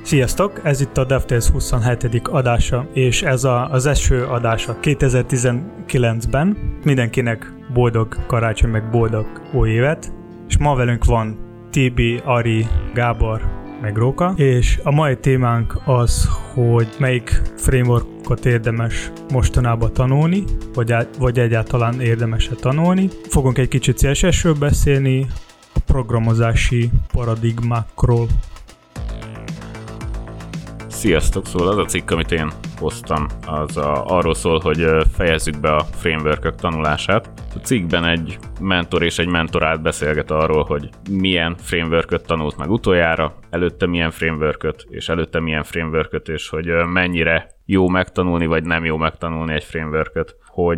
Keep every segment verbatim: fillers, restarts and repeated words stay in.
Sziasztok! Ez itt a DevTales huszonhetedik adása, és ez a, az első adása kétezer-tizenkilencben. Mindenkinek boldog karácsony, meg boldog új évet. És ma velünk van Tibi, Ari, Gábor, meg Róka. És a mai témánk az, hogy melyik frameworkot érdemes mostanában tanulni, vagy, vagy egyáltalán érdemes-e tanulni. Fogunk egy kicsit cé es es-ről beszélni, a programozási paradigmákról. Sziasztok! Szóval az a cikk, amit én hoztam, az a, arról szól, hogy fejezzük be a frameworkök tanulását. A cikkben egy mentor és egy mentorált beszélget arról, hogy milyen frameworköt tanult meg utoljára, előtte milyen frameworköt, és előtte milyen frameworköt, és hogy mennyire jó megtanulni, vagy nem jó megtanulni egy frameworköt. Hogy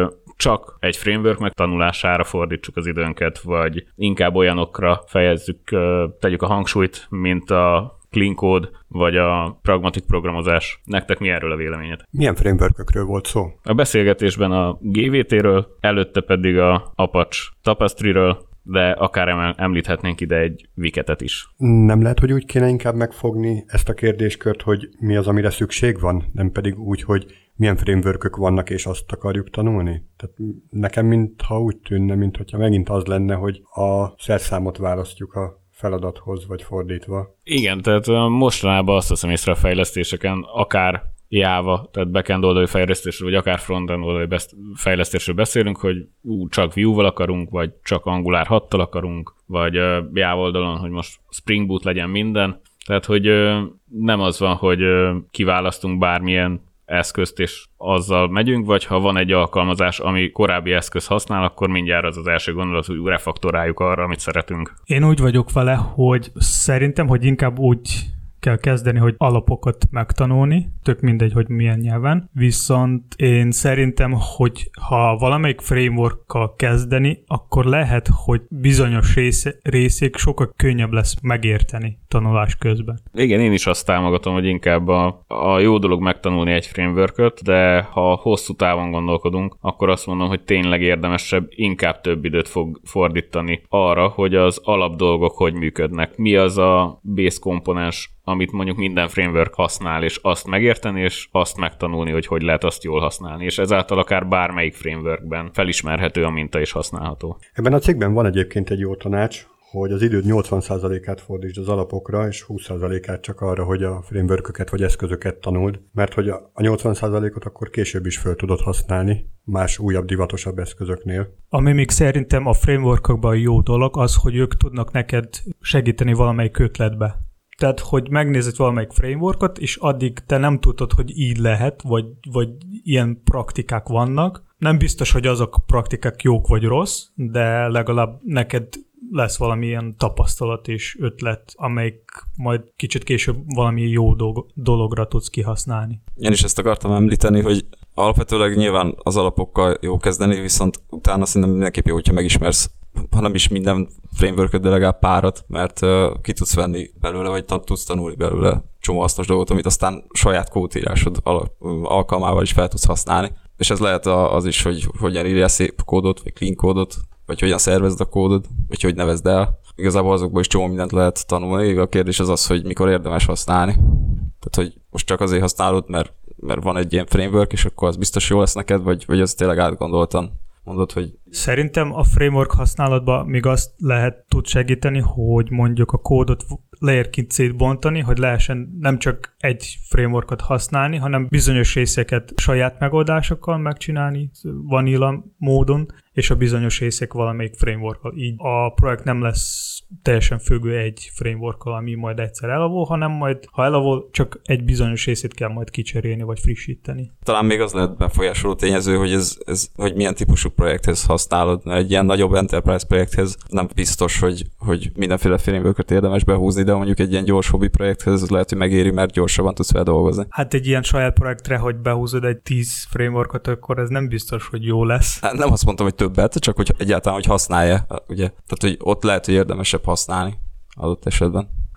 csak egy framework megtanulására fordítsuk az időnket, vagy inkább olyanokra fejezzük, tegyük a hangsúlyt, mint a clean code, vagy a pragmatic programozás. Nektek mi erről a véleményed? Milyen frameworkökről volt szó? A beszélgetésben a gé vé té-ről, előtte pedig a Apache Tapestry-ről, de akár említhetnénk ide egy Wicket-et is. Nem lehet, hogy úgy kéne inkább megfogni ezt a kérdéskört, hogy mi az, amire szükség van, nem pedig úgy, hogy milyen frameworkök vannak, és azt akarjuk tanulni? Tehát nekem mintha úgy tűnne, mintha megint az lenne, hogy a szerszámot választjuk a feladathoz, vagy fordítva. Igen, tehát mostanában azt hiszem észre a fejlesztéseken, akár Java, tehát backend oldali fejlesztésről, vagy akár frontend oldali fejlesztésről beszélünk, hogy ú, csak Vue-val akarunk, vagy csak Angular hattal akarunk, vagy uh, Java oldalon, hogy most Spring Boot legyen minden. Tehát, hogy uh, nem az van, hogy uh, kiválasztunk bármilyen eszközt, és azzal megyünk, vagy ha van egy alkalmazás, ami korábbi eszköz használ, akkor mindjárt az az első gondolat, hogy refaktoráljuk arra, amit szeretünk. Én úgy vagyok vele, hogy szerintem, hogy inkább úgy kell kezdeni, hogy alapokat megtanulni, tök mindegy, hogy milyen nyelven, viszont én szerintem, hogy ha valamelyik frameworkkal kezdeni, akkor lehet, hogy bizonyos része, részék sokkal könnyebb lesz megérteni tanulás közben. Igen, én is azt támogatom, hogy inkább a, a jó dolog megtanulni egy frameworköt, de ha hosszú távon gondolkodunk, akkor azt mondom, hogy tényleg érdemesebb inkább több időt fog fordítani arra, hogy az alapdolgok hogy működnek. Mi az a base komponens, amit mondjuk minden framework használ, és azt megérteni, és azt megtanulni, hogy hogy lehet azt jól használni, és ezáltal akár bármelyik frameworkben felismerhető a minta és használható. Ebben a cikkben van egyébként egy jó tanács, hogy az időd nyolcvan százalékát fordítsd az alapokra, és húsz százalékát csak arra, hogy a frameworköket vagy eszközöket tanuld, mert hogy a nyolcvan százalékot akkor később is föl tudod használni más újabb, divatosabb eszközöknél. Ami még szerintem a frameworkokban jó dolog, az, hogy ők tudnak neked segíteni valamelyik ötletbe. Tehát, hogy megnézed valamelyik frameworkot, és addig te nem tudod, hogy így lehet, vagy, vagy ilyen praktikák vannak. Nem biztos, hogy azok a praktikák jók vagy rossz, de legalább neked lesz valamilyen tapasztalat és ötlet, amelyik majd kicsit később valami jó dolog, dologra tudsz kihasználni. Én is ezt akartam említeni, hogy alapvetőleg nyilván az alapokkal jó kezdeni, viszont utána szerintem mindenképp jó, hogyha megismersz, ha nem is minden frameworköt, de legalább párat, mert uh, ki tudsz venni belőle, vagy tudsz tanulni belőle csomó hasznos dolgot, amit aztán saját kódírásod al- alkalmával is fel tudsz használni. És ez lehet az is, hogy hogyan írjál szép kódot, vagy clean kódot, vagy hogyan szervezd a kódot, vagy hogy nevezd el. Igazából azokból is csomó mindent lehet tanulni. A kérdés az az, hogy mikor érdemes használni. Tehát, hogy most csak azért használod, mert, mert van egy ilyen framework, és akkor az biztos jó lesz neked, vagy, vagy az tényleg átgondoltan mondod, hogy... Szerintem a framework használatban még azt lehet tud segíteni, hogy mondjuk a kódot layerként szétbontani, hogy lehessen nem csak egy frameworkot használni, hanem bizonyos részeket saját megoldásokkal megcsinálni, vanilla módon, és a bizonyos részek valamelyik frameworkkal. Így a projekt nem lesz teljesen függő egy frameworkkal, ami majd egyszer elavul, hanem majd, ha elavul, csak egy bizonyos részét kell majd kicserélni, vagy frissíteni. Talán még az lehet befolyásoló tényező, hogy ez, ez hogy milyen típusú projekthez használod. Egy ilyen nagyobb enterprise projekthez nem biztos, hogy, hogy mindenféle frameworköt érdemes behúzni, de mondjuk egy ilyen gyors hobby projekthez lehet, hogy megéri, mert gyorsabban tudsz fel dolgozni. Hát egy ilyen saját projektre, hogy behúzod egy tíz frameworkot, akkor ez nem biztos, hogy jó lesz. Hát nem azt mondtam, hogy többet, csak hogy egyáltalán, hogy használja, ugye. Tehát, hogy ott lehet, hogy érdemesebb használni adott esetben.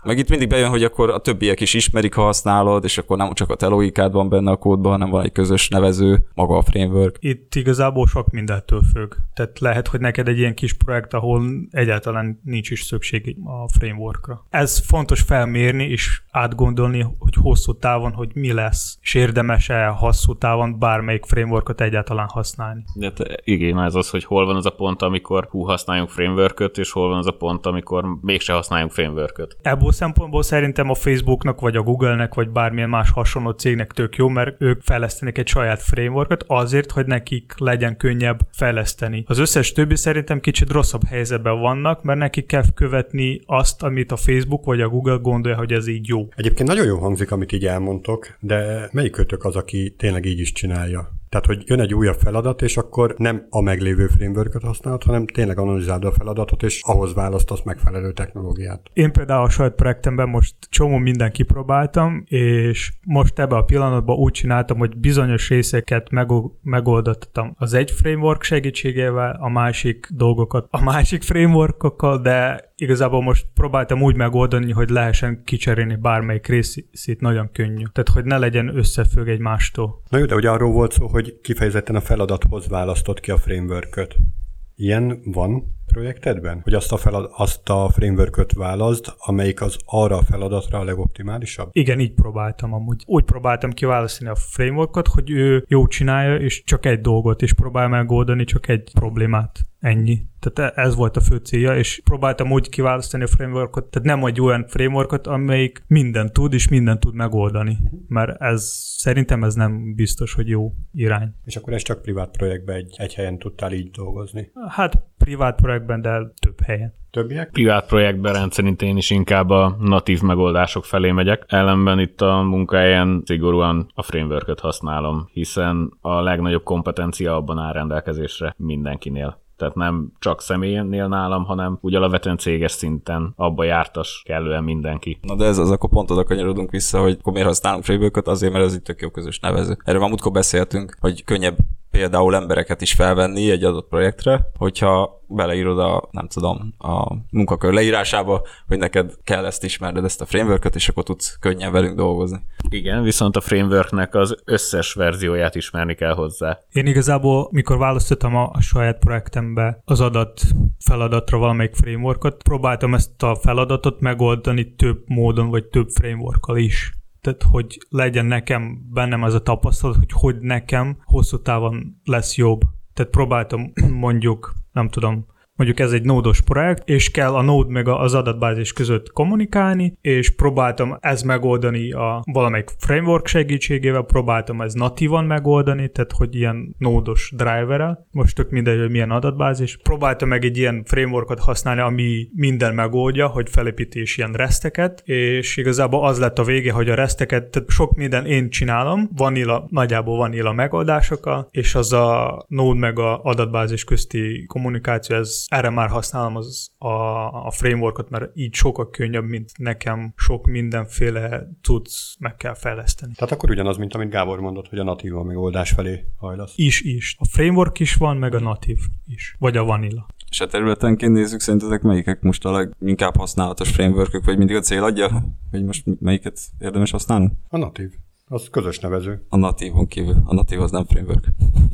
Meg itt mindig bejön, hogy akkor a többiek is ismerik, ha használod, és akkor nem csak a te logikád van benne a kódban, hanem van egy közös nevező, maga a framework. Itt igazából sok mindentől függ. Tehát lehet, hogy neked egy ilyen kis projekt, ahol egyáltalán nincs is szükség a frameworkra. Ez fontos felmérni és átgondolni, hogy hosszú távon, hogy mi lesz, és érdemes-e hosszú távon bármelyik frameworkot egyáltalán használni. De igen, ez az, hogy hol van az a pont, amikor hú, használjunk frameworköt, és hol van az a pont, amikor mégse használjunk frameworköt. Ebből szempontból szerintem a Facebooknak, vagy a Googlenek, vagy bármilyen más hasonló cégnek tök jó, mert ők fejlesztenek egy saját frameworkot azért, hogy nekik legyen könnyebb fejleszteni. Az összes többi szerintem kicsit rosszabb helyzetben vannak, mert nekik kell követni azt, amit a Facebook vagy a Google gondolja, hogy ez így jó. Egyébként nagyon jó hangzik, amit így elmondtok, de melyik kötök az, aki tényleg így is csinálja? Tehát, hogy jön egy újabb feladat, és akkor nem a meglévő frameworköt használod, hanem tényleg analizálod a feladatot, és ahhoz választasz megfelelő technológiát. Én például a saját projektemben most csomó mindent kipróbáltam, és most ebben a pillanatban úgy csináltam, hogy bizonyos részeket megoldottam az egy framework segítségével, a másik dolgokat a másik frameworkokkal, de igazából most próbáltam úgy megoldani, hogy lehessen kicserélni bármelyik részét nagyon könnyű. Tehát, hogy ne legyen összefügg egymástól. Na jó, de ugye arról volt szó, hogy kifejezetten a feladathoz választott ki a frameworköt. Ilyen van projektedben? Hogy azt a, felad, azt a frameworköt válaszd, amelyik az arra a feladatra a legoptimálisabb? Igen, így próbáltam amúgy. Úgy próbáltam kiválasztani a frameworkot, hogy ő jó csinálja, és csak egy dolgot, és próbál megoldani csak egy problémát. Ennyi. Tehát ez volt a fő célja, és próbáltam úgy kiválasztani a frameworkot, tehát nem egy olyan frameworkot, amelyik mindent tud, és mindent tud megoldani. Mert ez szerintem ez nem biztos, hogy jó irány. És akkor ez csak privát projektben egy, egy helyen tudtál így dolgozni? Hát privát projektben, de több helyen. Többiek? Privát projektben rendszerint én is inkább a natív megoldások felé megyek. Ellenben itt a munkahelyen szigorúan a frameworköt használom, hiszen a legnagyobb kompetencia abban áll rendelkezésre mindenkinél. Tehát nem csak személynél nálam, hanem úgy alapvetően céges szinten abba jártas kellően mindenki. Na de ez az, akkor pont oda kanyarodunk vissza, hogy akkor miért használunk frameworköt, azért, mert ez egy tök jó közös nevező. Erről már múltkor beszéltünk, hogy könnyebb például embereket is felvenni egy adott projektre, hogyha beleírod a, nem tudom, a munkakör leírásába, hogy neked kell ezt ismerned, ezt a frameworköt, és akkor tudsz könnyen velünk dolgozni. Igen, viszont a frameworknek az összes verzióját ismerni kell hozzá. Én igazából, mikor választottam a, a saját projektembe az adat feladatra valamelyik frameworkot, próbáltam ezt a feladatot megoldani több módon, vagy több frameworkkal is. Tehát, hogy legyen nekem bennem az a tapasztalat, hogy hogy nekem hosszú távon lesz jobb. Tehát próbáltam mondjuk, nem tudom, mondjuk ez egy nódos projekt, és kell a nód meg az adatbázis között kommunikálni, és próbáltam ez megoldani a valamelyik framework segítségével, próbáltam ez natívan megoldani, tehát hogy ilyen nódos driverrel, most tök mindegy, hogy milyen adatbázis. Próbáltam meg egy ilyen frameworkot használni, ami minden megoldja, hogy felépítés ilyen reszteket, és igazából az lett a vége, hogy a reszteket, tehát sok minden én csinálom, vanilla, nagyjából vanilla megoldásokkal, és az a nód meg a adatbázis közti kommunikáció, ez erre már használom az a, a frameworkot, mert így sokkal könnyebb, mint nekem sok mindenféle tudsz meg kell fejleszteni. Tehát akkor ugyanaz, mint amit Gábor mondott, hogy a natív a megoldás felé hajlasz. Is, is. A framework is van, meg a natív is. Vagy a vanilla. És a területenként nézzük, szerintetek melyikek most a leginkább használatos frameworkök, vagy mindig a cél adja, hogy most melyiket érdemes használni? A natív. Az közös nevező. A natívon kívül. A natív az nem framework.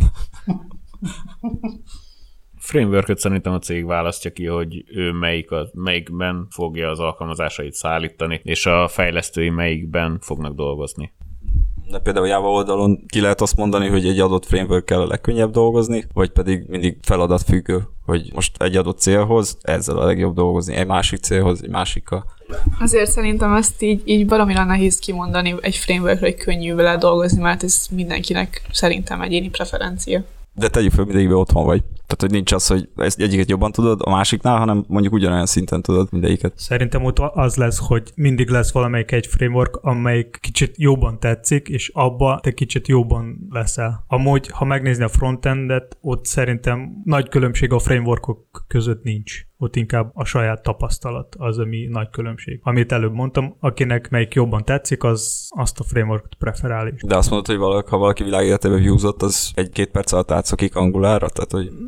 Frameworköt szerintem a cég választja ki, hogy ő melyik a, melyikben fogja az alkalmazásait szállítani, és a fejlesztői melyikben fognak dolgozni. De például Java oldalon ki lehet azt mondani, hogy egy adott frameworkkel a legkönnyebb dolgozni, vagy pedig mindig feladatfüggő, hogy most egy adott célhoz ezzel a legjobb dolgozni, egy másik célhoz, egy másikkal. Azért szerintem ezt így, így valamire nehéz kimondani egy frameworkre, hogy könnyű vele dolgozni, mert ez mindenkinek szerintem egyéni preferencia. De tegyük föl, mindegyikben otthon vagy. Tehát, hogy nincs az, hogy ezt egyiket jobban tudod a másiknál, hanem mondjuk ugyanolyan szinten tudod mindegyiket. Szerintem ott az lesz, hogy mindig lesz valamelyik egy framework, amelyik kicsit jobban tetszik, és abba te kicsit jobban leszel. Amúgy, ha megnézni a frontendet, ott szerintem nagy különbség a frameworkok között nincs. Ott inkább a saját tapasztalat az, ami nagy különbség. Amit előbb mondtam, akinek melyik jobban tetszik, az azt a frameworkot preferál is. De azt mondod, hogy valaki, ha valaki világéletében viewzott, az egy-két perc alatt átszokik Angularra? Tehát, hogy...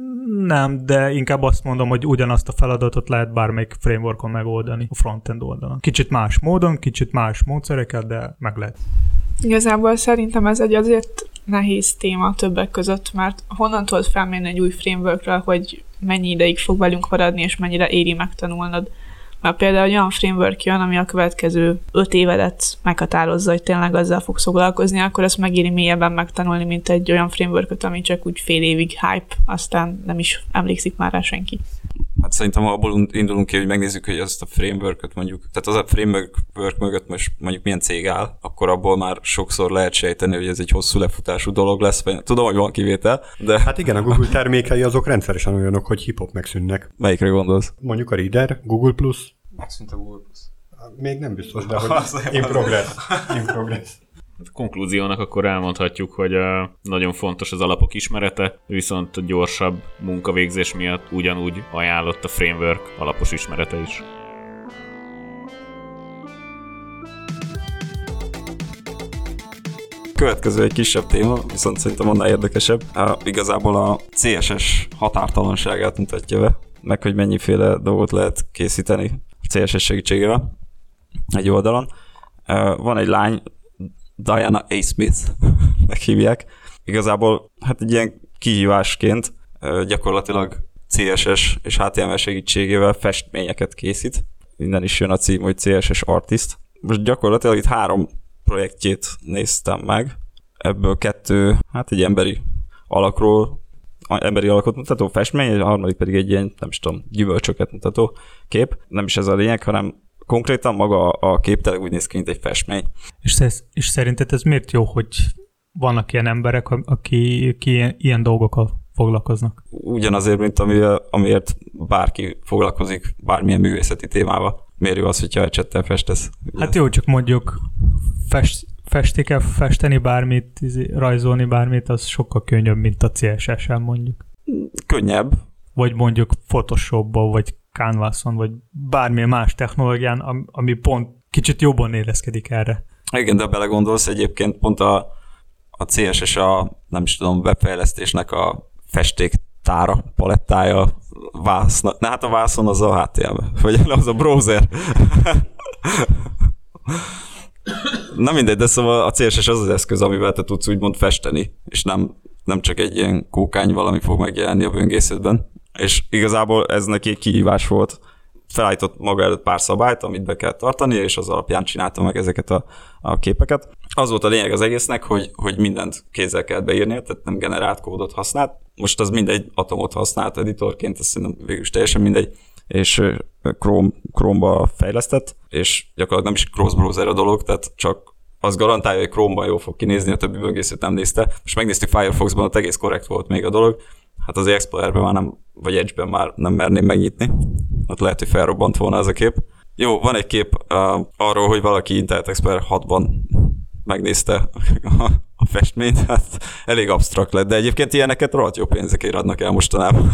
Nem, de inkább azt mondom, hogy ugyanazt a feladatot lehet bármelyik frameworkon megoldani a frontend oldalon. Kicsit más módon, kicsit más módszerekkel, de meg lehet. Igazából szerintem ez egy azért nehéz téma többek között, mert honnan tudod felmérni egy új frameworkről, hogy mennyi ideig fog velünk maradni, és mennyire éri megtanulnod. Mert például olyan framework jön, ami a következő öt évedet meghatározza, hogy tényleg azzal fogsz foglalkozni, akkor ezt megéri mélyebben megtanulni, mint egy olyan frameworköt, ami csak úgy fél évig hype, aztán nem is emlékszik már rá senki. Hát szerintem abból indulunk ki, hogy megnézzük, hogy azt a frameworköt mondjuk, tehát az a framework mögött most mondjuk milyen cég áll, akkor abból már sokszor lehet sejteni, hogy ez egy hosszú lefutású dolog lesz, vagy tudom, hogy van kivétel, de... Hát igen, a Google termékei azok rendszeresen olyanok, hogy hip-hop megszűnnek. Melyikre gondolsz? Mondjuk a Reader, Google Plus. Megszűnt a Google Plus. Még nem biztos, de hogy in progress. In progress. A konklúziónak akkor elmondhatjuk, hogy uh, nagyon fontos az alapok ismerete, viszont a gyorsabb munkavégzés miatt ugyanúgy ajánlott a framework alapos ismerete is. Következő egy kisebb téma, viszont szerintem annál érdekesebb. Uh, igazából a cé es es határtalanságát mutatja be, meg hogy mennyiféle dolgot lehet készíteni a cé es es segítségével egy oldalon. Uh, van egy lány, Diana A. Smith meghívják. Igazából hát egy ilyen kihívásként gyakorlatilag cé es es és há té em el segítségével festményeket készít. Innen is jön a cím, hogy cé es es Artist. Most gyakorlatilag itt három projektjét néztem meg. Ebből kettő, hát egy emberi alakról, emberi alakot mutató festmény, a harmadik pedig egy ilyen, nem is tudom, gyümölcsöket mutató kép. Nem is ez a lényeg, hanem konkrétan maga a kép tényleg úgy néz ki, mint egy festmény. És, ez, és szerinted ez miért jó, hogy vannak ilyen emberek, aki, aki ilyen, ilyen dolgokkal foglalkoznak? Ugyanazért, mint amiért bárki foglalkozik bármilyen művészeti témával. Miért jó az, hogyha ecsettel festesz? Ugye? Hát jó, csak mondjuk fest, festik kell festeni bármit, rajzolni bármit, az sokkal könnyebb, mint a cé es es-en mondjuk. Könnyebb. Vagy mondjuk Photoshopban, vagy Canvason, vagy bármilyen más technológián, ami pont kicsit jobban érezkedik erre. Igen, de belegondolsz, egyébként pont a, a cé es es a, nem is tudom, webfejlesztésnek a festéktára, palettája, vászna. Na hát a vászon az a há té em el, vagy az a browser. Na mindegy, de szóval a cé es es az az eszköz, amivel te tudsz úgymond festeni, és nem, nem csak egy ilyen kókány valami fog megjelenni a böngészetben. És igazából ez neki egy kihívás volt. Felállított maga előtt pár szabályt, amit be kell tartani, és az alapján csinálta meg ezeket a, a képeket. Az volt a lényeg az egésznek, hogy, hogy mindent kézzel kell beírni, tehát nem generált kódot használt. Most az mindegy, Atomot használt editorként, azt szerintem végül is teljesen mindegy, és Chrome, Chrome-ba fejlesztett, és gyakorlatilag nem is cross-browser a dolog, tehát csak az garantálja, hogy Chrome-ban jól fog kinézni, a többi böngészőt nem nézte. Most megnéztük Firefox-ban, ott egész korrekt volt még a dolog. Hát az Explorer-ben már nem, vagy Edge-ben már nem merném megnyitni. Ott lehet, hogy felrobbant volna ez a kép. Jó, van egy kép uh, arról, hogy valaki Internet Explorer hatban megnézte a, a festményt, hát elég absztrakt lett, de egyébként ilyeneket rohadt jó pénzekért adnak el mostanában.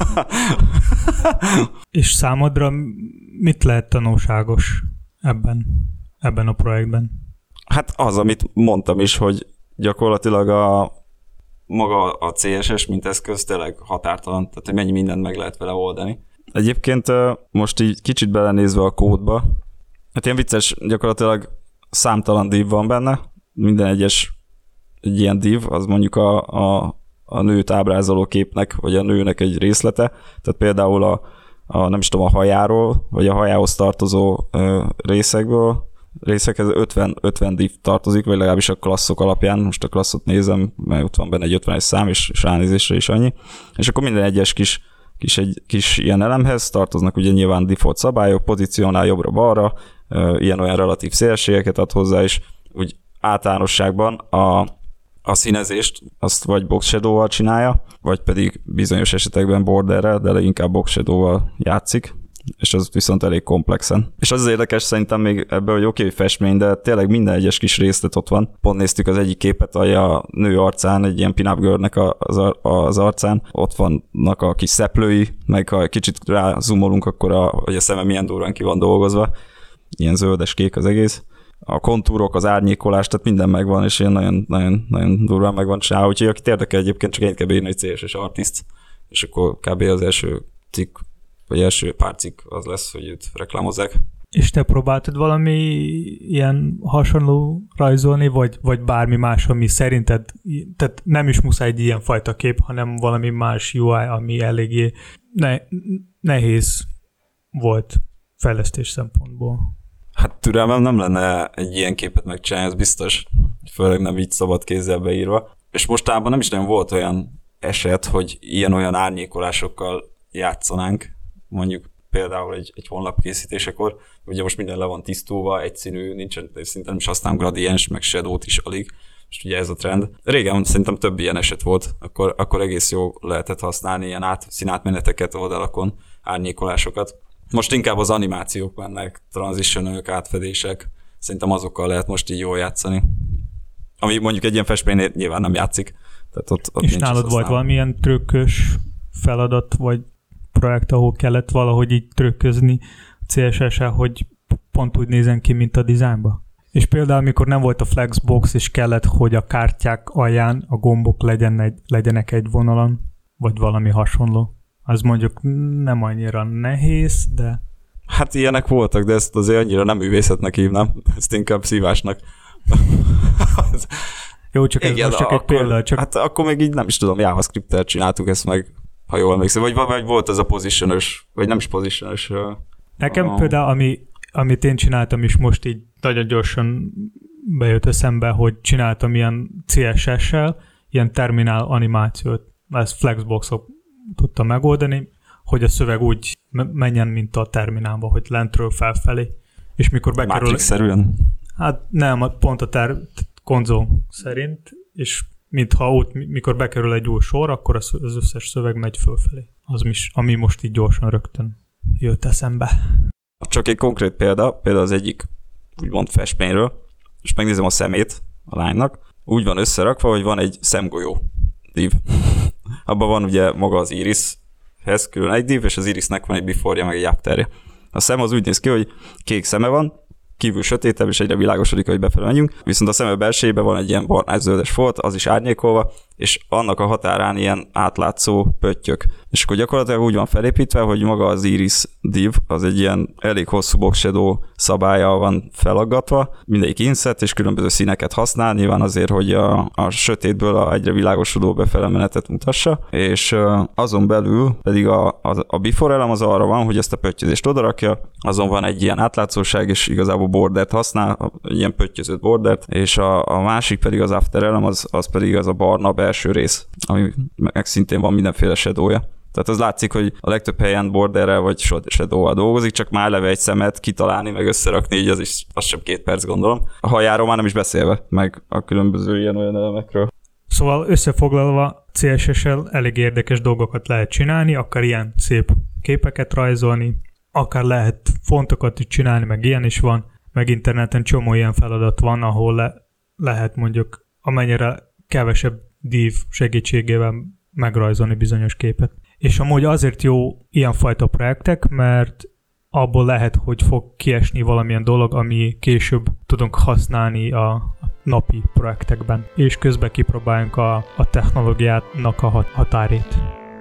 És számodra mit lehet tanulságos ebben, ebben a projektben? Hát az, amit mondtam is, hogy gyakorlatilag a maga a cé es es, mint eszköz tényleg határtalan, tehát hogy mennyi mindent meg lehet vele oldani. Egyébként most így kicsit belenézve a kódba, hát ilyen vicces, gyakorlatilag számtalan div van benne, minden egyes egy ilyen div, az mondjuk a, a, a nőt ábrázoló képnek, vagy a nőnek egy részlete, tehát például a, a nem is tudom, a hajáról, vagy a hajához tartozó ö, részekből, részekhez ötven, ötven div tartozik, vagy legalábbis a klasszok alapján, most a klasszot nézem, mert ott van benne egy ötvenes szám, és, és ránézésre is annyi. És akkor minden egyes kis, kis, egy, kis ilyen elemhez tartoznak ugye nyilván default szabályok, pozícionál jobbra-balra, ilyen-olyan relatív szélességeket ad hozzá, és úgy általánosságban a, a színezést azt vagy box shadow-val csinálja, vagy pedig bizonyos esetekben borderrel, de inkább box shadow-val játszik, és az viszont elég komplexen. És az az érdekes szerintem még ebben, hogy oké, okay, festmény, de tényleg minden egyes kis részlet ott van. Pont néztük az egyik képet, a nő arcán, egy ilyen pin-up girlnek az, az arcán, ott vannak a kis szeplői, meg ha kicsit rá zoomolunk, akkor a, hogy a szeme milyen durván ki van dolgozva. Ilyen zöldes-kék az egész. A kontúrok, az árnyékolás, tehát minden megvan, és ilyen nagyon, nagyon, nagyon durván megvan csinálva. Úgyhogy akit érdekel egyébként, csak egy kell beírni, hogy cé es es Artist, és akkor kb. Az első cikk, vagy első pár cikk az lesz, hogy őt reklámozzák. És te próbáltad valami ilyen hasonló rajzolni, vagy, vagy bármi más, ami szerinted, tehát nem is muszáj egy ilyen fajta kép, hanem valami más u i, ami eléggé ne, nehéz volt fejlesztés szempontból? Hát türelmem nem lenne egy ilyen képet megcsinálni, ez biztos, főleg nem így szabad kézzel beírva. És mostában nem is nem volt olyan eset, hogy ilyen-olyan árnyékolásokkal játszanánk, mondjuk például egy, egy honlap készítésekor. Ugye most minden le van tisztulva, egyszínű, nincsen, szinte nem is használom gradiens, meg shadow-t is alig. És ugye ez a trend. Régen szerintem több ilyen eset volt, akkor, akkor egész jó lehetett használni ilyen át, színátmeneteket oldalakon, árnyékolásokat. Most inkább az animációk mennek, transitionok, átfedések. Szerintem azokkal lehet most így jól játszani. Ami mondjuk egy ilyen festménynél nyilván nem játszik. Tehát ott, ott és nálad volt valamilyen trükkös feladat, vagy projekt, ahol kellett valahogy így trükközni cé es es-el, hogy pont úgy nézen ki, mint a dizájnba? És például, amikor nem volt a Flexbox, és kellett, hogy a kártyák alján a gombok legyen egy, legyenek egy vonalon, vagy valami hasonló. Az mondjuk nem annyira nehéz, de... Hát ilyenek voltak, de ezt azért annyira nem művészetnek hívnám, ezt inkább szívásnak. Jó, csak igen, ez most csak akkor, egy példa. Csak... Hát akkor még így nem is tudom, JavaScript-tel csináltuk ezt meg, ha jól emlékszem. Vagy, vagy volt ez a positionös, vagy nem is positionös. Nekem a... például, ami, amit én csináltam is most így nagyon gyorsan bejött eszembe, hogy csináltam ilyen cé es es-sel, ilyen terminál animációt, ezt Flexbox-ok tudtam megoldani, hogy a szöveg úgy menjen, mint a terminálban, hogy lentről felfelé. És mikor bekerül... Matrix-szerűen? Hát nem, pont a ter... konzol szerint, és mintha ott, mikor bekerül egy új sor, akkor az, az összes szöveg megy fölfelé. Az is, ami most így gyorsan rögtön jött eszembe. Csak egy konkrét példa, például az egyik úgymond festményről, és megnézem a szemét a lánynak, úgy van összerakva, hogy van egy szemgolyó div. Abban van ugye maga az irishez külön egy div, és az irisnek van egy before-ja, meg egy afterje. A szem az úgy néz ki, hogy kék szeme van, kívül sötétebb, és egyre világosodik, hogy befelé menjünk, viszont a szeme belsejében van egy ilyen barnás-zöldes folt, az is árnyékolva, és annak a határán ilyen átlátszó pöttyök. És akkor gyakorlatilag úgy van felépítve, hogy maga az iris div, az egy ilyen elég hosszú box shadow szabállyal van felaggatva, mindegyik inset, és különböző színeket használ, nyilván azért, hogy a, a sötétből a egyre világosodó befele menetet mutassa, és azon belül pedig a, a, a before elem az arra van, hogy ezt a pöttyözést odarakja, azon van egy ilyen átlátszóság, és igazából bordert használ, egy ilyen pöttyözött bordert, és a, a másik pedig az after elem, az, az pedig az a barna belső rész, ami meg szintén van mindenféle shadowja. Tehát az látszik, hogy a legtöbb helyen borderrel vagy shadow-val dolgozik, csak már eleve egy szemet kitalálni, meg összerakni, így az is, az sem két perc, gondolom. A hajáról már nem is beszélve, meg a különböző ilyen olyan elemekről. Szóval összefoglalva, cé es es-el elég érdekes dolgokat lehet csinálni, akár ilyen szép képeket rajzolni, akár lehet fontokat is csinálni, meg ilyen is van, meg interneten csomó ilyen feladat van, ahol le, lehet mondjuk amennyire kevesebb div segítségével megrajzolni bizonyos képet. És amúgy azért jó ilyenfajta projektek, mert abból lehet, hogy fog kiesni valamilyen dolog, ami később tudunk használni a napi projektekben, és közben kipróbáljunk a, a technológiának a hat- határét.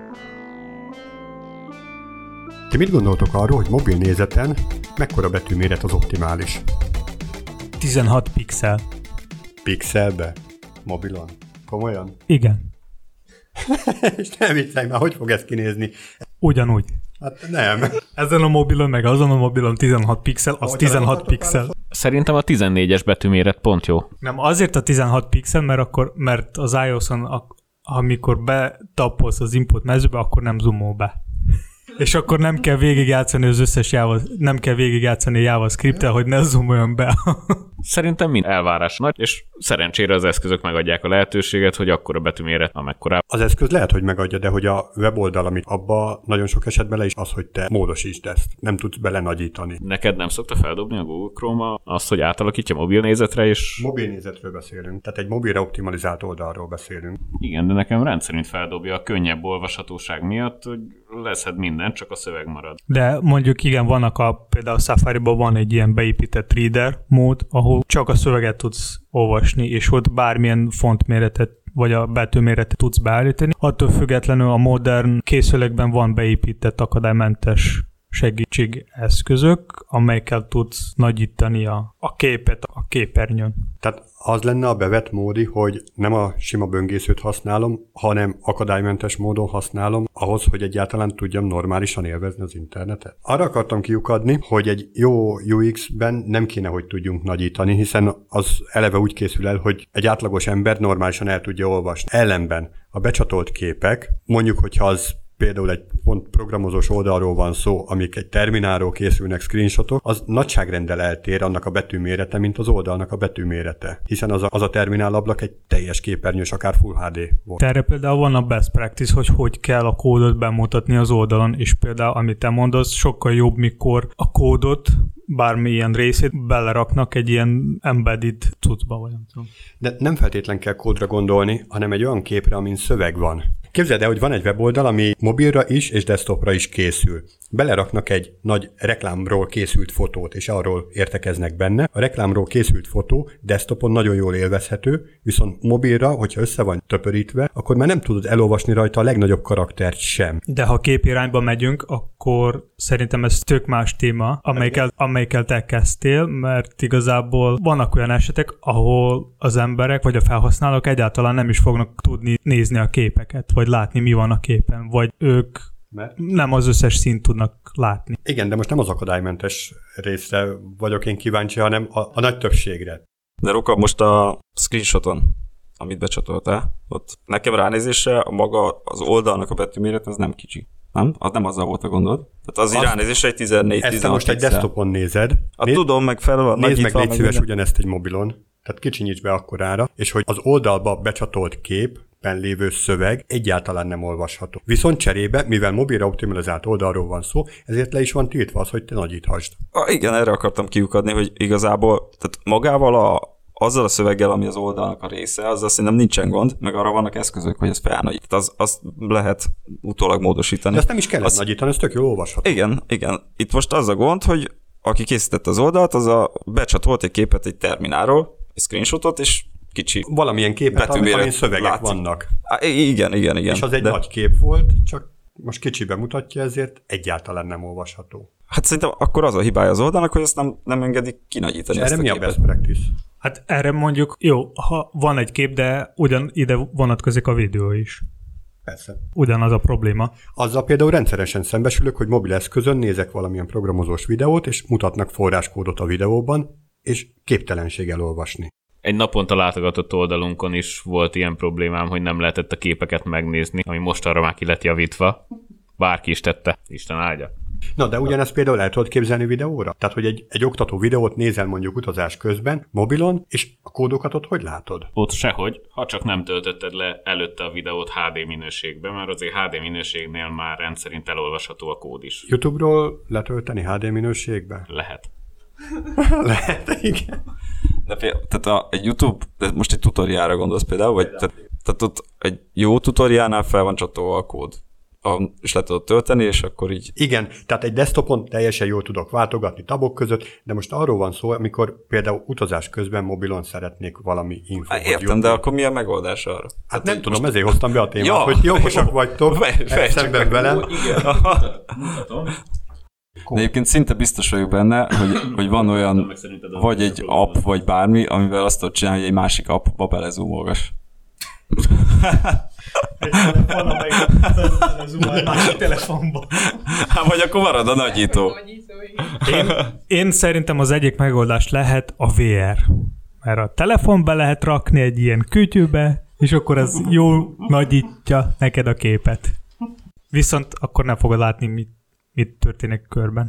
Ti mit gondoltok arról, hogy mobil nézeten mekkora betűméret az optimális? tizenhat pixel. Pixelbe? Mobilon? Komolyan? Igen. És nem viccelj már, hogy fog ez kinézni? Ugyanúgy. Hát nem. Ezen a mobilon, meg azon a mobilon tizenhat pixel, az ahogy tizenhat pixel. Szerintem a tizennégyes betűméret pont jó. Nem, azért a tizenhat pixel, mert akkor, mert az iOS-on, amikor betappolsz az input mezőbe, akkor nem zoomol be. És akkor nem kell végigjátszani az összes Java, nem kell végigjátszani JavaScript-tel, hogy ne zoomoljon be. Szerintem mind elvárás nagy, és szerencsére az eszközök megadják a lehetőséget, hogy akkora betűméret, amekkora. Az eszköz lehet, hogy megadja, de hogy a weboldal, amit abba nagyon sok esetben le is az, hogy te módosítsd ezt. Nem tudsz bele nagyítani. Neked nem szokta feldobni a Google Chrome azt, hogy átalakítja mobilnézetre, és... Mobilnézetről beszélünk, tehát egy mobilre optimalizált oldalról beszélünk. Igen, de nekem rendszerint feldobja a könnyebb olvashatóság miatt, hogy leszed minden, csak a szöveg marad. De mondjuk igen, vannak a, például a Safari-ban van egy ilyen beépített reader mód, ahol csak a szöveget tudsz olvasni, és ott bármilyen fontméretet vagy a betűméretet tudsz beállítani. Attól függetlenül a modern készülékben van beépített akadálymentes segítségeszközök, amelyekkel tudsz nagyítani a, a képet a képernyőn. Tehát az lenne a bevett módi, hogy nem a sima böngészőt használom, hanem akadálymentes módon használom ahhoz, hogy egyáltalán tudjam normálisan élvezni az internetet. Arra akartam kiukadni, hogy egy jó u iksz-ben nem kéne, hogy tudjunk nagyítani, hiszen az eleve úgy készül el, hogy egy átlagos ember normálisan el tudja olvasni. Ellenben a becsatolt képek, mondjuk, hogyha az például egy pont programozós oldalról van szó, amik egy terminálról készülnek screenshotok, az nagyságrendel eltér annak a betűmérete, mint az oldalnak a betűmérete. Hiszen az a, az a terminálablak egy teljes képernyős, akár Full há dé volt. Erre például van a best practice, hogy hogy kell a kódot bemutatni az oldalon, és például, amit te mondasz, sokkal jobb, mikor a kódot bármilyen részét beleraknak egy ilyen embedded cuccba, vagy nem tudom. De nem feltétlen kell kódra gondolni, hanem egy olyan képre, amin szöveg van. Képzeld el, hogy van egy weboldal, ami mobilra is és desktopra is készül. Beleraknak egy nagy reklámról készült fotót, és arról értekeznek benne. A reklámról készült fotó desktopon nagyon jól élvezhető, viszont mobilra, hogyha össze van töpörítve, akkor már nem tudod elolvasni rajta a legnagyobb karaktert sem. De ha képirányba megyünk, akkor szerintem ez tök más téma, amelyikkel, amelyikkel te kezdtél, mert igazából vannak olyan esetek, ahol az emberek vagy a felhasználók egyáltalán nem is fognak tudni nézni a képeket, vagy látni, mi van a képen, vagy ők Mert? nem az összes színt tudnak látni. Igen, de most nem az akadálymentes részre vagyok én kíváncsi, hanem a, a nagy többségre. De Róka, most a screenshoton, amit becsatoltál, ott nekem ránézésre a maga az oldalnak a betűméret az nem kicsi. Nem? Az nem azzal volt a gondod. Tehát az iránynézésre egy tizennégy tizenhat. Ezt most egy desktopon nézed. Hát Néz, tudom, meg fel van. Nézd meg, légy szíves ugyanezt egy mobilon. Tehát kicsinyíts be akkorára, és hogy az oldalba becsatolt képben lévő szöveg egyáltalán nem olvasható. Viszont cserébe, mivel mobilra optimalizált oldalról van szó, ezért le is van tiltva az, hogy te nagyíthasd. A, igen, erre akartam kiukadni, hogy igazából tehát magával a azzal a szöveggel, ami az oldalnak a része, azzal szerintem nincsen gond, meg arra vannak eszközök, hogy ez felnagyít. Az, azt lehet utólag módosítani. De ezt nem is kellett az... nagyítani, ez tök jól olvasható. Igen, igen. Itt most az a gond, hogy aki készítette az oldalt, az a becsatolt egy képet egy terminálról, egy screenshotot, és kicsi valamilyen képet, amin szövegek látszik. Vannak. Á, igen, igen, igen. És az egy de... nagy kép volt, csak most kicsibe mutatja, ezért egyáltalán nem olvasható. Hát szerintem akkor az a hibája az oldalnak, hogy ezt nem, nem engedik kinagyítani. És erre ezt mi a a best practice? Hát erre mondjuk, jó, ha van egy kép, de ugyan ide vonatkozik a videó is. Persze. Ugyanaz a probléma. Azzal például rendszeresen szembesülök, hogy mobileszközön nézek valamilyen programozós videót, és mutatnak forráskódot a videóban, és képtelenség elolvasni. Egy naponta látogatott oldalunkon is volt ilyen problémám, hogy nem lehetett a képeket megnézni, ami mostanra már ki lett javítva. Bárki is tette, Isten áldja. Na, de ugyanezt például el tudod képzelni videóra? Tehát, hogy egy, egy oktató videót nézel mondjuk utazás közben, mobilon, és a kódokat ott hogy látod? Ott sehogy, ha csak nem töltötted le előtte a videót há dé minőségbe, mert azért há dé minőségnél már rendszerint elolvasható a kód is. YouTube-ról letölteni há dé minőségbe? Lehet. Lehet, igen. De például, tehát a, egy YouTube, de most egy tutoriálra gondolsz például, vagy tehát, tehát ott egy jó tutoriálnál fel van csatolva a kód. A, és le tudod tölteni, és akkor így... Igen, tehát egy desktopon teljesen jól tudok váltogatni tabok között, de most arról van szó, amikor például utazás közben mobilon szeretnék valami infót. Értem, jutni. De akkor mi a megoldás arra? Hát tehát nem tudom, most... ezért hoztam be a témát, ja, hogy jogosak vagytok szemben velem. Mutatom. De egyébként szinte biztos vagyok benne, hogy, hogy van olyan, vagy egy app, vagy bármi, amivel azt tudod csinálni, hogy egy másik appba belezúmolgass. Egy telefon, amelyik belezúmol egy másik telefonba. Hát vagy akkor marad a nagyító. Én, én szerintem az egyik megoldás lehet a vé er. Mert a telefon be lehet rakni egy ilyen kütyűbe, és akkor ez jól nagyítja neked a képet. Viszont akkor nem fogod látni, mit, mit történik körben.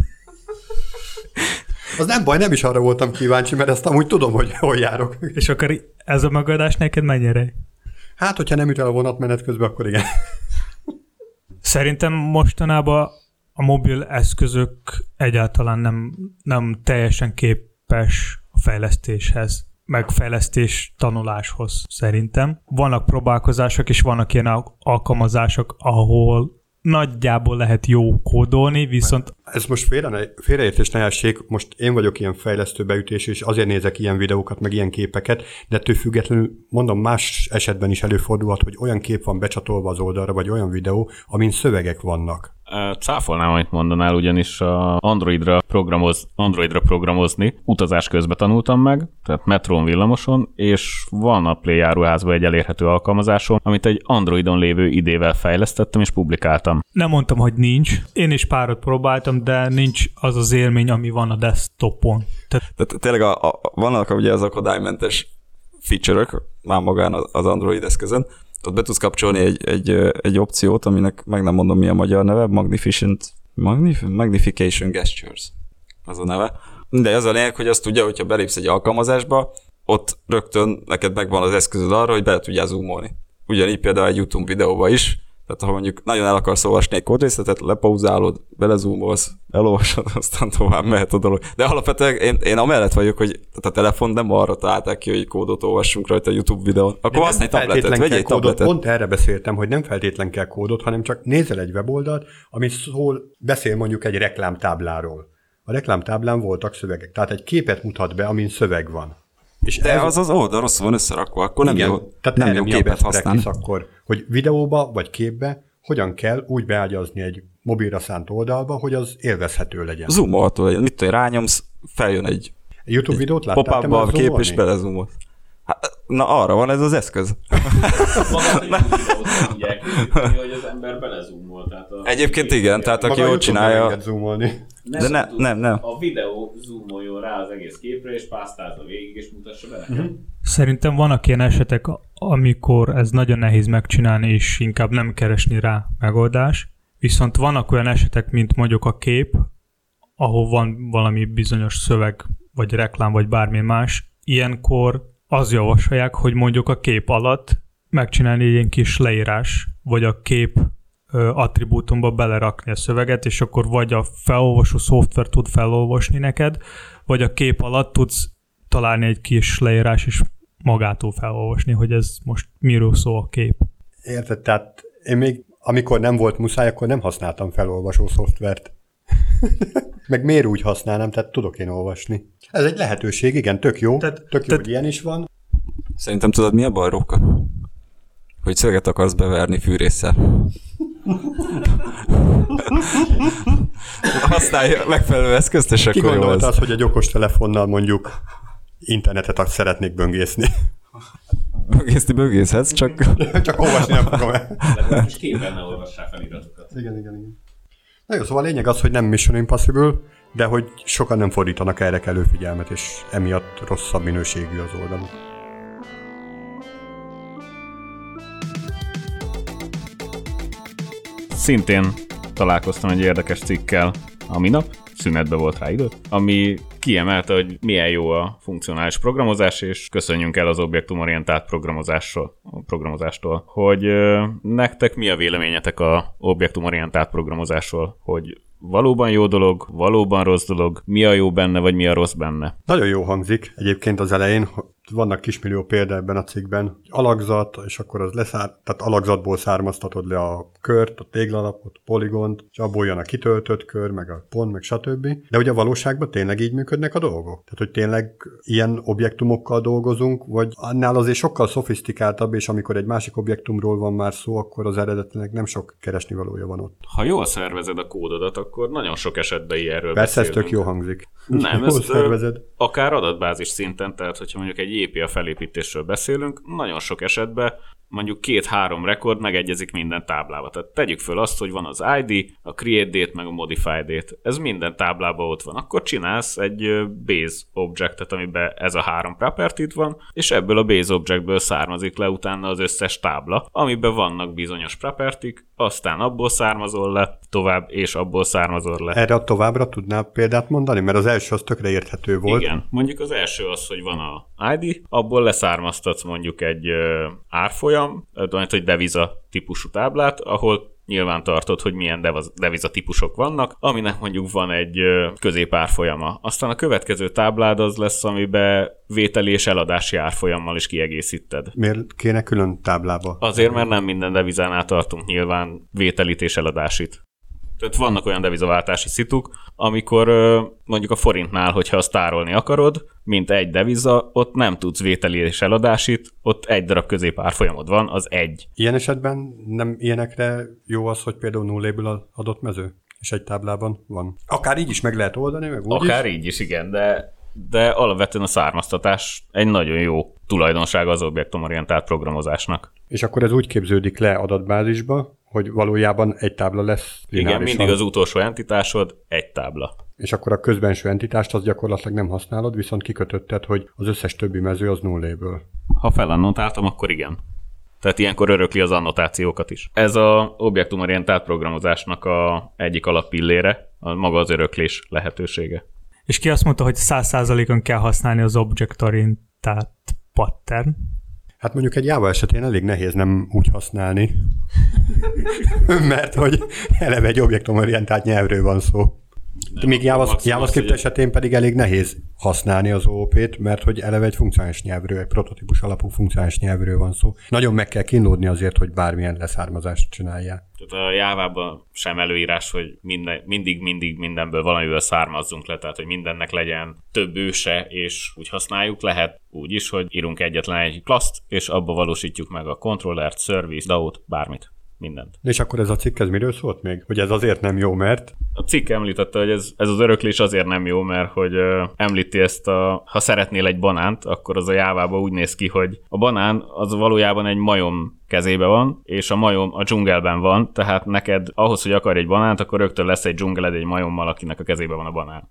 Az nem baj, nem is arra voltam kíváncsi, mert ezt amúgy tudom, hogy hol járok. És akkor ez a megoldás neked mennyire? Hát, hogyha nem üt el a vonatmenet közben, akkor igen. Szerintem mostanában a mobil eszközök egyáltalán nem, nem teljesen képes a fejlesztéshez, meg fejlesztés tanuláshoz szerintem. Vannak próbálkozások, és vannak ilyen alkalmazások, ahol nagyjából lehet jó kódolni, viszont Ez most félre, félreértés ne essék, most én vagyok ilyen fejlesztő beütés, és azért nézek ilyen videókat, meg ilyen képeket, de ettől függetlenül mondom, más esetben is előfordulhat, hogy olyan kép van becsatolva az oldalra, vagy olyan videó, amin szövegek vannak. Cáfolnám, amit mondanál, ugyanis a Androidra, programoz, Androidra programozni utazás közben tanultam meg, tehát metrón, villamoson, és van a Play áruházban egy elérhető alkalmazásom, amit egy Androidon lévő idével fejlesztettem és publikáltam. Nem mondtam, hogy nincs. Én is párat próbáltam, de nincs az az élmény, ami van a desktopon. Tehát, Tehát tényleg a, a, vannak ugye az akadálymentes feature-ök már magán az Android eszközön, ott be tudsz kapcsolni egy, egy, egy opciót, aminek meg nem mondom mi a magyar neve, Magnificent, Magnif- Magnification Gestures, az a neve. De az a lényeg, hogy azt tudja, hogyha belépsz egy alkalmazásba, ott rögtön neked megvan az eszközöd arra, hogy bele tudjál zoomolni. Ugyanígy például egy YouTube videóba is, tehát ha mondjuk nagyon el akarsz olvasni egy kódrészletet, lepauzálod, belezoomolsz, elolvasod, aztán tovább mehet a dolog. De alapvetően én, én amellett vagyok, hogy a telefon nem arra találták ki, hogy kódot olvassunk rajta a YouTube videón. Akkor használj tabletet, vegyél egy tabletet. Pont erre beszéltem, hogy nem feltétlen kell kódot, hanem csak nézel egy weboldalt, ami szól, beszél mondjuk egy reklámtábláról. A reklámtáblán voltak szövegek, tehát egy képet mutat be, amin szöveg van. És de ez az az oldal rosszul van összerakva, akkor nem igen, jó, tehát nem jó képet használni. Akkor, hogy videóba vagy képbe hogyan kell úgy beágyazni egy mobilra szánt oldalba, hogy az élvezhető legyen. Zoomolható legyen. Mit tudom, rányomsz, feljön egy, YouTube egy videót láttál te már a kép, és belezoomol. Hát, na arra van ez az eszköz. Magát, hogy tudják, hogy az ember belezoomol. Tehát a Egyébként igen, tehát aki jól csinálja... De ne, nem, nem. A videó zoomoljon rá az egész képre, és pásztázza végig, és mutassa be nekem. Uh-huh. Szerintem vannak ilyen esetek, amikor ez nagyon nehéz megcsinálni, és inkább nem keresni rá megoldás. Viszont vannak olyan esetek, mint mondjuk a kép, ahol van valami bizonyos szöveg, vagy reklám, vagy bármi más. Ilyenkor az javasolják, hogy mondjuk a kép alatt megcsinálni egy ilyen kis leírás, vagy a kép attribútumba belerakni a szöveget, és akkor vagy a felolvasó szoftver tud felolvasni neked, vagy a kép alatt tudsz találni egy kis leírás, és magától felolvasni, hogy ez most miről szól a kép. Érted, tehát én még amikor nem volt muszáj, akkor nem használtam felolvasó szoftvert. Meg miért úgy használnám, tehát tudok én olvasni. Ez egy lehetőség, igen, tök jó, tehát, tök jó, tehát... hogy ilyen is van. Szerintem tudod, mi a baj, Róka? Hogy szöveget akarsz beverni fűrésszel. Használj megfelelő eszközt, és akkor jó ez. Ki gondolta azt, hogy egy okos telefonnal mondjuk internetet szeretnék böngészni? Böngészni böngészhetsz, csak... csak olvasni nem fogom el. Legalábbis képen ne olvassál feliratokat. Igen, igen, igen. Na jó, szóval a lényeg az, hogy nem Mission Impossible, de hogy sokan nem fordítanak erre kellő figyelmet, és emiatt rosszabb minőségű az oldaluk. Szintén találkoztam egy érdekes cikkel a minap, szünetbe volt rá idő, ami kiemelte, hogy milyen jó a funkcionális programozás, és köszönjünk el az objektumorientált programozásról, programozástól, hogy ö, nektek mi a véleményetek a objektumorientált programozásról, hogy valóban jó dolog, valóban rossz dolog, mi a jó benne, vagy mi a rossz benne? Nagyon jó hangzik egyébként az elején, vannak kismillió példa ebben a cikkben, alakzat, és akkor az leszár, tehát alakzatból származtatod le a kört, a téglalapot, a poligont, és abból jön a kitöltött kör, meg a pont, meg stb. De ugye a valóságban tényleg így működnek a dolgok? Tehát, hogy tényleg ilyen objektumokkal dolgozunk, vagy annál azért sokkal szofisztikáltabb, és amikor egy másik objektumról van már szó, akkor az eredetileg nem sok keresnivalója van ott. Ha jól szervezed a kódodat, akkor nagyon sok esetben ilyenről Persze, beszélünk. ez tök jó hangzik. Nem, ezt szervezed. Akár adatbázis szinten, tehát hogyha mondjuk egy é pé i felépítésről beszélünk, nagyon sok esetben mondjuk két-három rekord megegyezik minden táblába. Tehát tegyük föl azt, hogy van az i dé, a create date, meg a modify date. Ez minden táblában ott van. Akkor csinálsz egy base objectet, amiben ez a három property van, és ebből a base objectből származik le utána az összes tábla, amiben vannak bizonyos propertyk, aztán abból származol le tovább, és abból származol le. Erre a továbbra tudnál példát mondani? Mert az első az tökre érthető volt. Igen, mondjuk az első az, hogy van a i dé, abból leszármaztatsz mondjuk egy uh, árfolyam, egy deviza típusú táblát, ahol nyilván tartod, hogy milyen deviza típusok vannak, aminek mondjuk van egy középárfolyama. Aztán a következő táblád az lesz, amiben vételi és eladási árfolyammal is kiegészíted. Miért kéne külön táblába? Azért, mert nem minden devizánál tartunk nyilván vételit és eladásit. Tehát vannak olyan devizaváltási szituk, amikor mondjuk a forintnál, hogyha azt tárolni akarod, mint egy deviza, ott nem tudsz vételi és eladásit, ott egy darab középárfolyamod van, az egy. Ilyen esetben nem ilyenekre jó az, hogy például nulléből adott mező, és egy táblában van. Akár így is meg lehet oldani, meg úgy Akár is. így is, igen, de, de alapvetően a származtatás egy nagyon jó tulajdonsága az objektumorientált programozásnak. És akkor ez úgy képződik le adatbázisba, hogy valójában egy tábla lesz Igen, mindig az utolsó entitásod egy tábla. És akkor a közbenső entitást azt gyakorlatilag nem használod, viszont kikötötted, hogy az összes többi mező az nulléből. Ha felannotáltam, akkor igen. Tehát ilyenkor örökli az annotációkat is. Ez a objektumorientált programozásnak a egyik alappillére, a maga az öröklés lehetősége. És ki azt mondta, hogy száz százalékon kell használni az objektorientált pattern? Hát mondjuk egy Java esetén elég nehéz nem úgy használni, mert hogy eleve egy objektumorientált nyelvről van szó. De még JavaScript esetén pedig elég nehéz használni az o o pét, mert hogy eleve egy funkcionális nyelvről, egy prototípus alapú funkcionális nyelvről van szó. Nagyon meg kell kínlódni azért, hogy bármilyen leszármazást csinálják. Tehát a Jávában sem előírás, hogy minden, mindig, mindig mindenből valamiből származzunk le, tehát hogy mindennek legyen több őse, és úgy használjuk. Lehet úgy is, hogy írunk egyetlen egy class-t, és abba valósítjuk meg a controllert, service, dé á o-t, bármit. Mindent. És akkor ez a cikk, ez miről szólt még? Hogy ez azért nem jó, mert... A cikk említette, hogy ez, ez az öröklés azért nem jó, mert hogy uh, említi ezt a... Ha szeretnél egy banánt, akkor az a Jávában úgy néz ki, hogy a banán az valójában egy majom kezébe van, és a majom a dzsungelben van, tehát neked ahhoz, hogy akarj egy banánt, akkor rögtön lesz egy dzsungeled egy majommal, akinek a kezébe van a banán.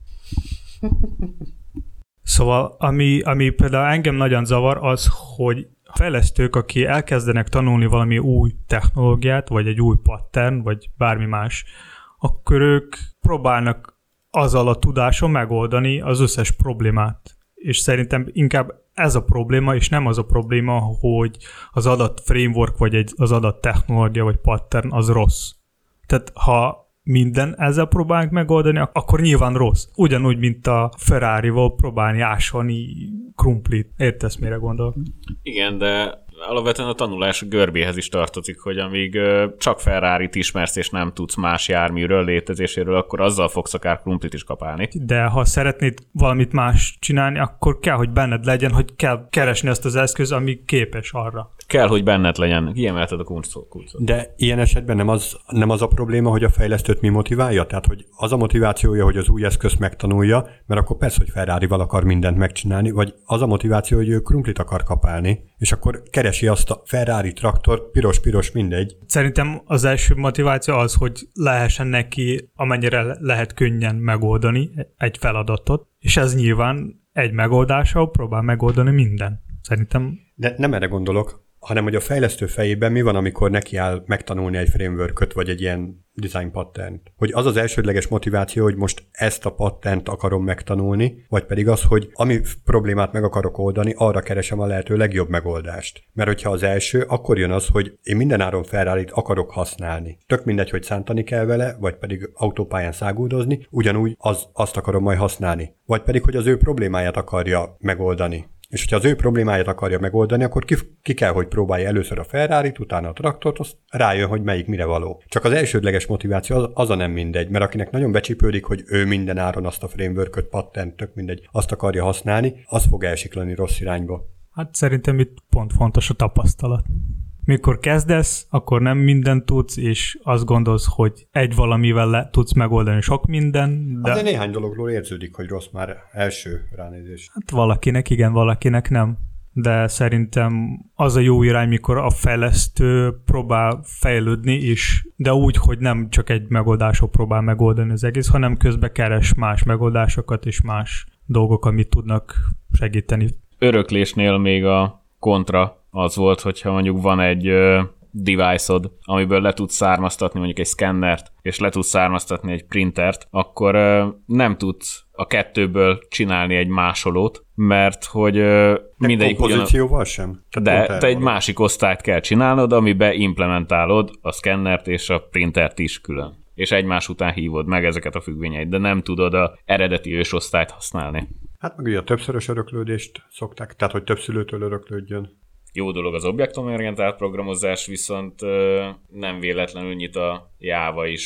Szóval, ami, ami például engem nagyon zavar, az, hogy a fejlesztők, aki elkezdenek tanulni valami új technológiát, vagy egy új pattern, vagy bármi más, akkor ők próbálnak azzal a tudáson megoldani az összes problémát. És szerintem inkább ez a probléma, és nem az a probléma, hogy az adat framework, vagy egy, az adat technológia, vagy pattern az rossz. Tehát ha minden ezzel próbálunk megoldani, akkor nyilván rossz. Ugyanúgy, mint a Ferrari-val próbálni ásolni krumplit. Értesz, mire gondolok? Igen, de alapvetően a tanulás görbéhez is tartozik, hogy amíg csak Ferrarit ismersz, és nem tudsz más járműről, létezéséről, akkor azzal fogsz akár krumplit is kapálni. De ha szeretnéd valamit más csinálni, akkor kell, hogy benned legyen, hogy kell keresni azt az eszköz, ami képes arra. Kell, hogy benned legyen. Kiemelted a kulcsot. De ilyen esetben nem az, nem az a probléma, hogy a fejlesztőt mi motiválja? Tehát, hogy az a motivációja, hogy az új eszközt megtanulja, mert akkor persze, hogy Ferrarival akar mindent megcsinálni, vagy az a motiváció, hogy ő krumplit akar kapálni, és akkor keresi azt a Ferrari traktort, piros-piros, mindegy. Szerintem az első motiváció az, hogy lehessen neki amennyire lehet könnyen megoldani egy feladatot, és ez nyilván egy megoldással próbál megoldani minden. Szerintem... De nem erre gondolok, hanem hogy a fejlesztő fejében mi van, amikor neki áll megtanulni egy frameworköt, vagy egy ilyen design patternt. Hogy az az elsődleges motiváció, hogy most ezt a patternt akarom megtanulni, vagy pedig az, hogy ami problémát meg akarok oldani, arra keresem a lehető legjobb megoldást. Mert hogyha az első, akkor jön az, hogy én mindenáron Ferrarit akarok használni. Tök mindegy, hogy szántani kell vele, vagy pedig autópályán száguldozni, ugyanúgy az, azt akarom majd használni. Vagy pedig, hogy az ő problémáját akarja megoldani. És hogyha az ő problémáját akarja megoldani, akkor ki, ki kell, hogy próbálja először a Ferrarit, utána a traktort, azt rájön, hogy melyik mire való. Csak az elsődleges motiváció az, az a nem mindegy, mert akinek nagyon becsípődik, hogy ő minden áron azt a frameworköt, pattent, tök mindegy, azt akarja használni, az fog elsiklani rossz irányba. Hát szerintem itt pont fontos a tapasztalat. Mikor kezdesz, akkor nem mindent tudsz, és azt gondolsz, hogy egy valamivel le tudsz megoldani sok minden, de... Azért néhány dologról érződik, hogy rossz már első ránézés. Hát valakinek igen, valakinek nem. De szerintem az a jó irány, mikor a fejlesztő próbál fejlődni is, de úgy, hogy nem csak egy megoldásot próbál megoldani az egész, hanem közben keres más megoldásokat és más dolgok, amit tudnak segíteni. Öröklésnél még a kontra az volt, hogyha mondjuk van egy uh, device-od, amiből le tudsz származtatni mondjuk egy szkennert, és le tudsz származtatni egy printert, akkor uh, nem tudsz a kettőből csinálni egy másolót, mert hogy uh, mindegyik kompozícióval ugyan... sem? Csak de te egy másik osztályt kell csinálnod, amiben implementálod a szkennert és a printert is külön. És egymás után hívod meg ezeket a függvényeit, de nem tudod az eredeti ősosztályt használni. Hát meg ugye a többszörös öröklődést szokták, tehát hogy több szülőtől öröklődjön. Jó dolog az objektumorientált programozás, viszont ö, nem véletlenül nyit a Java is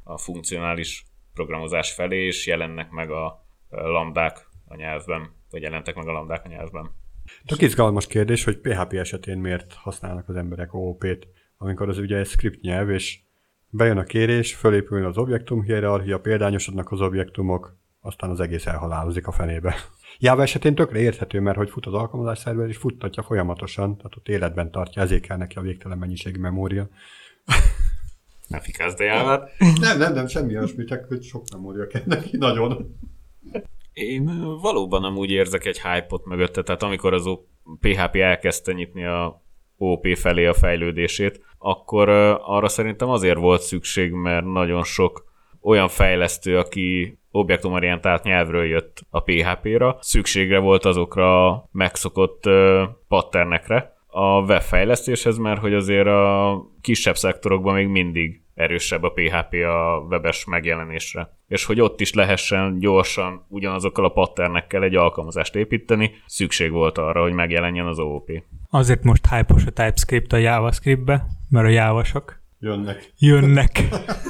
a funkcionális programozás felé, és jelennek meg a lambdák a nyelvben, vagy jelentek meg a lambdák a nyelvben. Tök izgalmas kérdés, hogy pé há pé esetén miért használnak az emberek o o pét, amikor az ugye egy script nyelv, és bejön a kérés, fölépül az objektum hierarchia, példányosodnak az objektumok, aztán az egész elhalálozik a fenébe. Java esetén tökre érthető, mert hogy fut az alkalmazás szerver, és futtatja folyamatosan, tehát ott életben tartja, ezért kell neki a végtelen mennyiségű memória. Ne fikázd a Jávát. Nem, nem, nem, semmi olyasmi, csak hogy sok memória kell neki, nagyon. Én valóban nem úgy érzek egy hype-ot mögötte, tehát amikor az pé há pé elkezdte nyitni a o o pé felé a fejlődését, akkor arra szerintem azért volt szükség, mert nagyon sok olyan fejlesztő, aki objektumorientált nyelvről jött a pé há pé-ra, szükségre volt azokra a megszokott patternekre a webfejlesztéshez, mert hogy azért a kisebb szektorokban még mindig erősebb a pé há pé a webes megjelenésre. És hogy ott is lehessen gyorsan ugyanazokkal a patternekkel egy alkalmazást építeni, szükség volt arra, hogy megjelenjen az o o pé. Azért most hype-os a TypeScript a JavaScriptbe, mert a jávasok jönnek. Jönnek.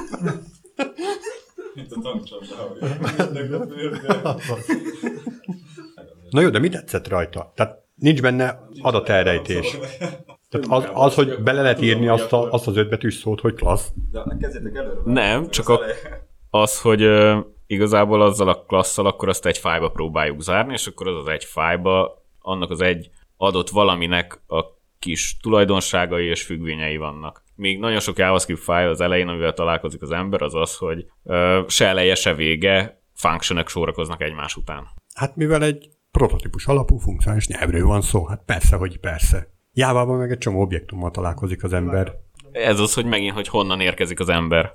Mint a tankcsapdában. Na jó, de mi tetszett rajta? Tehát nincs benne adatelrejtés. Tehát az, az, hogy bele lehet írni azt, a, azt az ötbetűs szót, hogy klassz. Nem, csak a, az, hogy uh, igazából azzal a klasszal akkor azt egy fájlba próbáljuk zárni, és akkor az az egy fájlba, annak az egy adott valaminek a kis tulajdonságai és függvényei vannak. Míg nagyon sok JavaScript fájl az elején, amivel találkozik az ember, az az, hogy uh, se eleje, se vége functionok sorakoznak egymás után. Hát mivel egy prototípus alapú funkcionális nyelvről van szó, hát persze, hogy persze. Jávában meg egy csomó objektummal találkozik az ember. Ez az, hogy megint, hogy honnan érkezik az ember.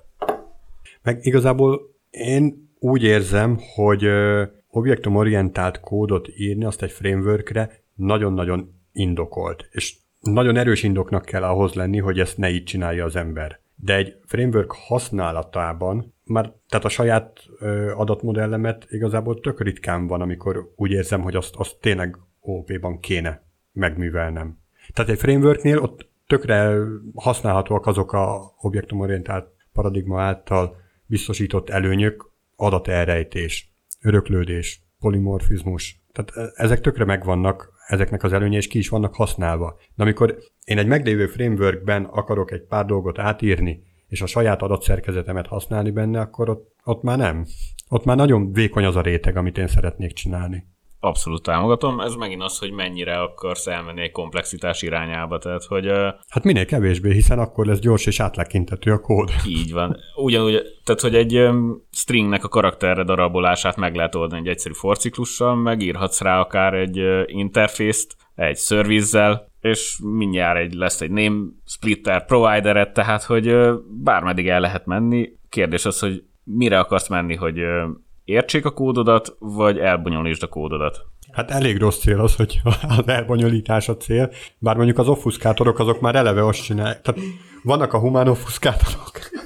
Meg igazából én úgy érzem, hogy ö, objektumorientált kódot írni azt egy frameworkre nagyon-nagyon indokolt. És nagyon erős indoknak kell ahhoz lenni, hogy ezt ne így csinálja az ember. De egy framework használatában már, tehát a saját ö, adatmodellemet igazából tök ritkán van, amikor úgy érzem, hogy azt, azt tényleg o o pé-ban kéne megművelnem. Tehát egy frameworknél ott tökre használhatóak azok a objektumorientált paradigma által biztosított előnyök, adatelrejtés, öröklődés, polimorfizmus. Tehát ezek tökre megvannak, ezeknek az előnye, és ki is vannak használva. De amikor én egy meglévő frameworkben akarok egy pár dolgot átírni, és a saját adatszerkezetemet használni benne, akkor ott, ott már nem. Ott már nagyon vékony az a réteg, amit én szeretnék csinálni. Abszolút támogatom. Ez megint az, hogy mennyire akarsz elmenni egy komplexitás irányába. Tehát, hogy, hát minél kevésbé, hiszen akkor lesz gyors és átlekintető a kód. Így van. Ugyanúgy, tehát, hogy egy stringnek a karakterre darabolását meg lehet oldani egy egyszerű for ciklussal, megírhatsz rá akár egy interfészt, egy service-zel, és mindjárt egy, lesz egy name splitter provideret, tehát, hogy bármeddig el lehet menni. Kérdés az, hogy mire akarsz menni, hogy értsék a kódodat, vagy elbonyolítsd a kódodat? Hát elég rossz cél az, hogy az elbonyolítás a cél, bár mondjuk az obfuszkátorok azok már eleve azt csinálják. Tehát vannak a humán obfuszkátorok,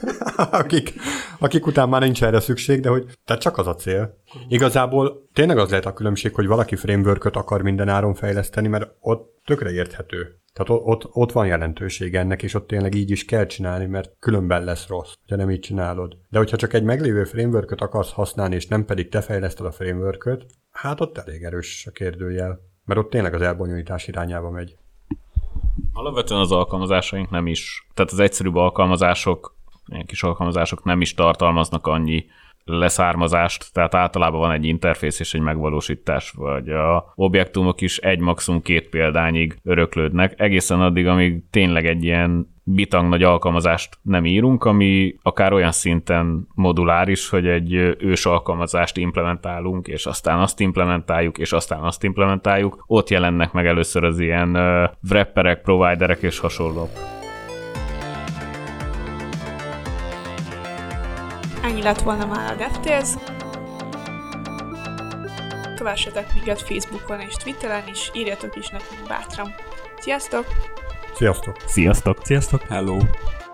akik, akik után már nincs erre szükség, de hogy tehát csak az a cél. Igazából tényleg az lehet a különbség, hogy valaki frameworköt akar minden áron fejleszteni, mert ott tökre érthető. Tehát ott, ott van jelentőség ennek, és ott tényleg így is kell csinálni, mert különben lesz rossz, ha nem így csinálod. De hogyha csak egy meglévő frameworköt akarsz használni, és nem pedig te fejleszted a frameworköt, hát ott elég erős a kérdőjel, mert ott tényleg az elbonyolítás irányába megy. Alapvetően az alkalmazásaink nem is, tehát az egyszerűbb alkalmazások, ilyen kis alkalmazások nem is tartalmaznak annyi leszármazást, tehát általában van egy interfész és egy megvalósítás, vagy a objektumok is egy maximum két példányig öröklődnek, egészen addig, amíg tényleg egy ilyen bitang nagy alkalmazást nem írunk, ami akár olyan szinten moduláris, hogy egy ős alkalmazást implementálunk, és aztán azt implementáljuk, és aztán azt implementáljuk. Ott jelennek meg először az ilyen uh, wrapperek, providerek és hasonlók. Ennyi lett volna már a DevTales. Kövessetek minket Facebookon és Twitteren is, írjatok is nekünk bátran. Sziasztok! Sziasztok! Sziasztok! Sziasztok! Hello!